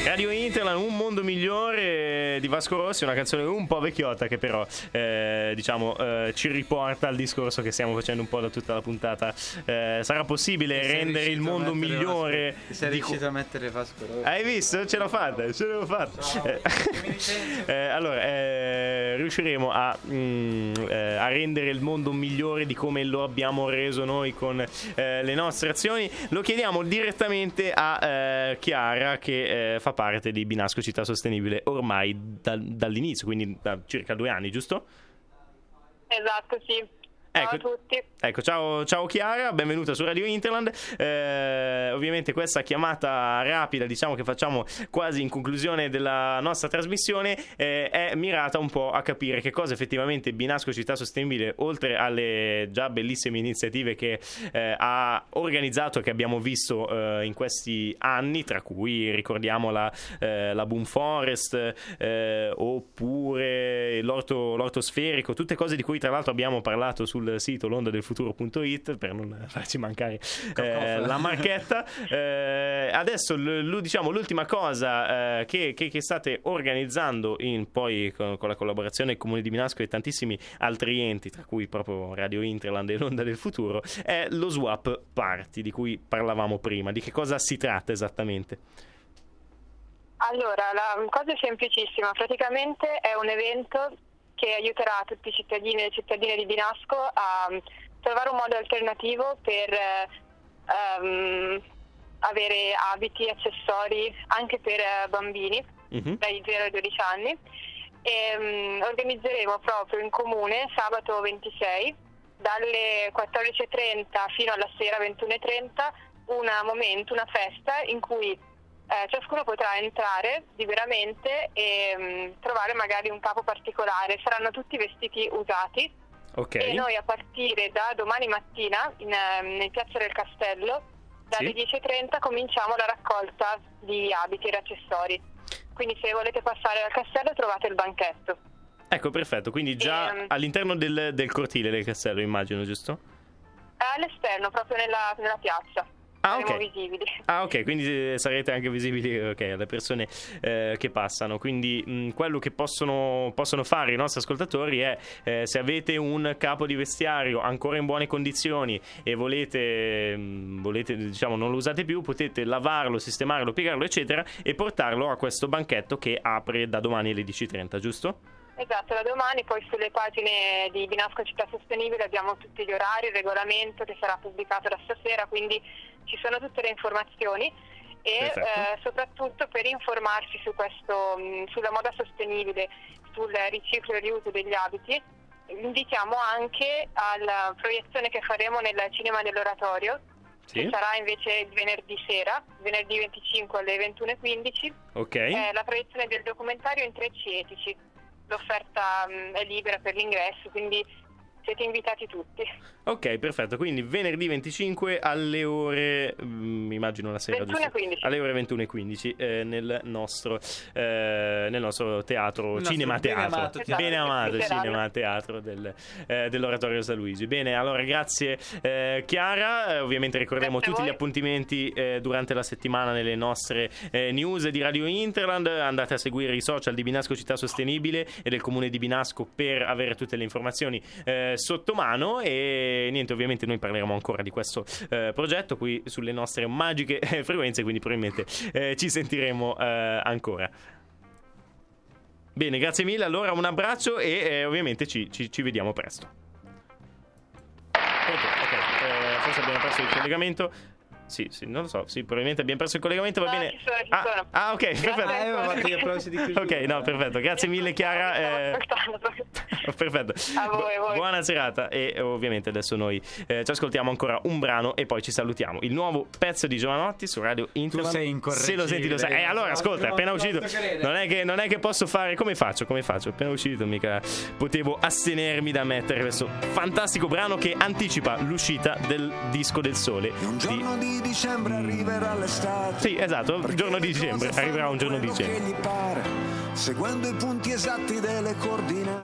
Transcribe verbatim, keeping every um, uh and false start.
Radio Interland, Un mondo migliore di Vasco Rossi, una canzone un po' vecchiotta che però eh, diciamo eh, ci riporta al discorso che stiamo facendo un po' da tutta la puntata. Eh, sarà possibile sei rendere il mondo migliore? Vasco, sei di... riuscito a mettere Vasco Rossi? Hai visto? Ce l'ho fatta, ce l'ho fatta. Eh, eh, allora, eh, riusciremo a, mm, eh, a rendere il mondo migliore di come lo abbiamo reso noi con eh, le nostre azioni. Lo chiediamo direttamente a eh, Chiara, che eh, fa parte di Binasco Città Sostenibile ormai da, dall'inizio, quindi da circa due anni, giusto? Esatto, sì. Ciao Ecco, a tutti. Ecco, ciao, ciao Chiara, benvenuta su Radio Interland. Eh, ovviamente questa chiamata rapida, diciamo che facciamo quasi in conclusione della nostra trasmissione, eh, è mirata un po' a capire che cosa effettivamente Binasco Città Sostenibile, oltre alle già bellissime iniziative che eh, ha organizzato e che abbiamo visto eh, in questi anni, tra cui ricordiamo la, eh, la Boom Forest eh, oppure l'orto, l'orto sferico, tutte cose di cui tra l'altro abbiamo parlato sul sito l'onda del futuro punto it per non farci mancare eh, la marchetta. Eh, adesso l- l- diciamo l'ultima cosa eh, che, che, che state organizzando in, poi con, con la collaborazione del Comune di Binasco e tantissimi altri enti, tra cui proprio Radio Interland e l'onda del futuro, è lo Swap Party di cui parlavamo prima. Di che cosa si tratta esattamente? Allora, la cosa è semplicissima, praticamente è un evento che aiuterà tutti i cittadini e le cittadine di Binasco a trovare un modo alternativo per um, avere abiti, accessori anche per bambini mm-hmm. dai zero ai dodici anni. E, um, organizzeremo proprio in comune sabato ventisei dalle quattordici e trenta fino alla sera ventuno e trenta un momento, una festa in cui Eh, ciascuno potrà entrare liberamente e mh, trovare magari un capo particolare. Saranno tutti vestiti usati. Okay. E noi a partire da domani mattina in, um, in Piazza del Castello dalle sì. dieci e trenta cominciamo la raccolta di abiti ed accessori. Quindi se volete passare al castello trovate il banchetto. Ecco, perfetto, quindi già e, um, all'interno del, del cortile del castello, immagino, giusto? All'esterno, proprio nella, nella piazza. Ah, okay. Visibili. Ah, ok, quindi sarete anche visibili okay, alle persone eh, che passano. Quindi mh, quello che possono, possono fare i nostri ascoltatori è eh, se avete un capo di vestiario ancora in buone condizioni e volete, mh, volete diciamo non lo usate più, potete lavarlo, sistemarlo, piegarlo eccetera e portarlo a questo banchetto che apre da domani alle dieci e trenta, giusto? Esatto, da domani poi sulle pagine di Binasco Città Sostenibile abbiamo tutti gli orari, il regolamento che sarà pubblicato da stasera, quindi ci sono tutte le informazioni e eh, soprattutto per informarsi su questo, mh, sulla moda sostenibile, sul riciclo e riuso degli abiti, invitiamo anche alla proiezione che faremo nel cinema dell'Oratorio, sì. che sarà invece il venerdì sera, venerdì venticinque alle ventuno e quindici, okay. eh, la proiezione del documentario Intrecci etici. L'offerta mh, è libera per l'ingresso, quindi siete invitati tutti. Ok, perfetto, quindi venerdì venticinque alle ore mh, immagino la sera ventuno e quindici. Alle ore ventuno e quindici eh, nel nostro eh, nel nostro teatro, il cinema teatro bene amato, esatto, bene amato cinema teatro del, eh, dell'Oratorio San Luigi. Bene, allora grazie eh, Chiara, eh, ovviamente ricorderemo grazie tutti gli appuntamenti eh, durante la settimana nelle nostre eh, news di Radio Interland. Andate a seguire i social di Binasco Città Sostenibile e del Comune di Binasco per avere tutte le informazioni eh, sotto mano. E niente, ovviamente noi parleremo ancora di questo eh, progetto qui sulle nostre magiche eh, frequenze, quindi probabilmente eh, ci sentiremo eh, ancora. Bene, grazie mille, allora un abbraccio e eh, ovviamente ci, ci, ci vediamo presto. Ok, okay. Eh, forse abbiamo perso il collegamento. Sì, sì, non lo so, sì, probabilmente abbiamo perso il collegamento, va no, bene. Ci sono, ci ah, sono. ah, ok, perfetto. Ok, no, perfetto, grazie mille Chiara. Eh... Perfetto. A voi, a voi. Buona serata e ovviamente adesso noi eh, ci ascoltiamo ancora un brano e poi ci salutiamo. Il nuovo pezzo di Giovanotti su Radio Interland. Tu sei incorreggibile. Se lo senti lo sai. Eh, allora ascolta, è appena uscito. Non è che non è che posso fare come faccio? Come faccio? Appena uscito mica potevo astenermi da mettere questo fantastico brano che anticipa l'uscita del disco del Sole. Un giorno di dicembre arriverà l'estate. Sì, esatto, il giorno di dicembre arriverà un giorno di dicembre. Seguendo i punti esatti delle coordinate.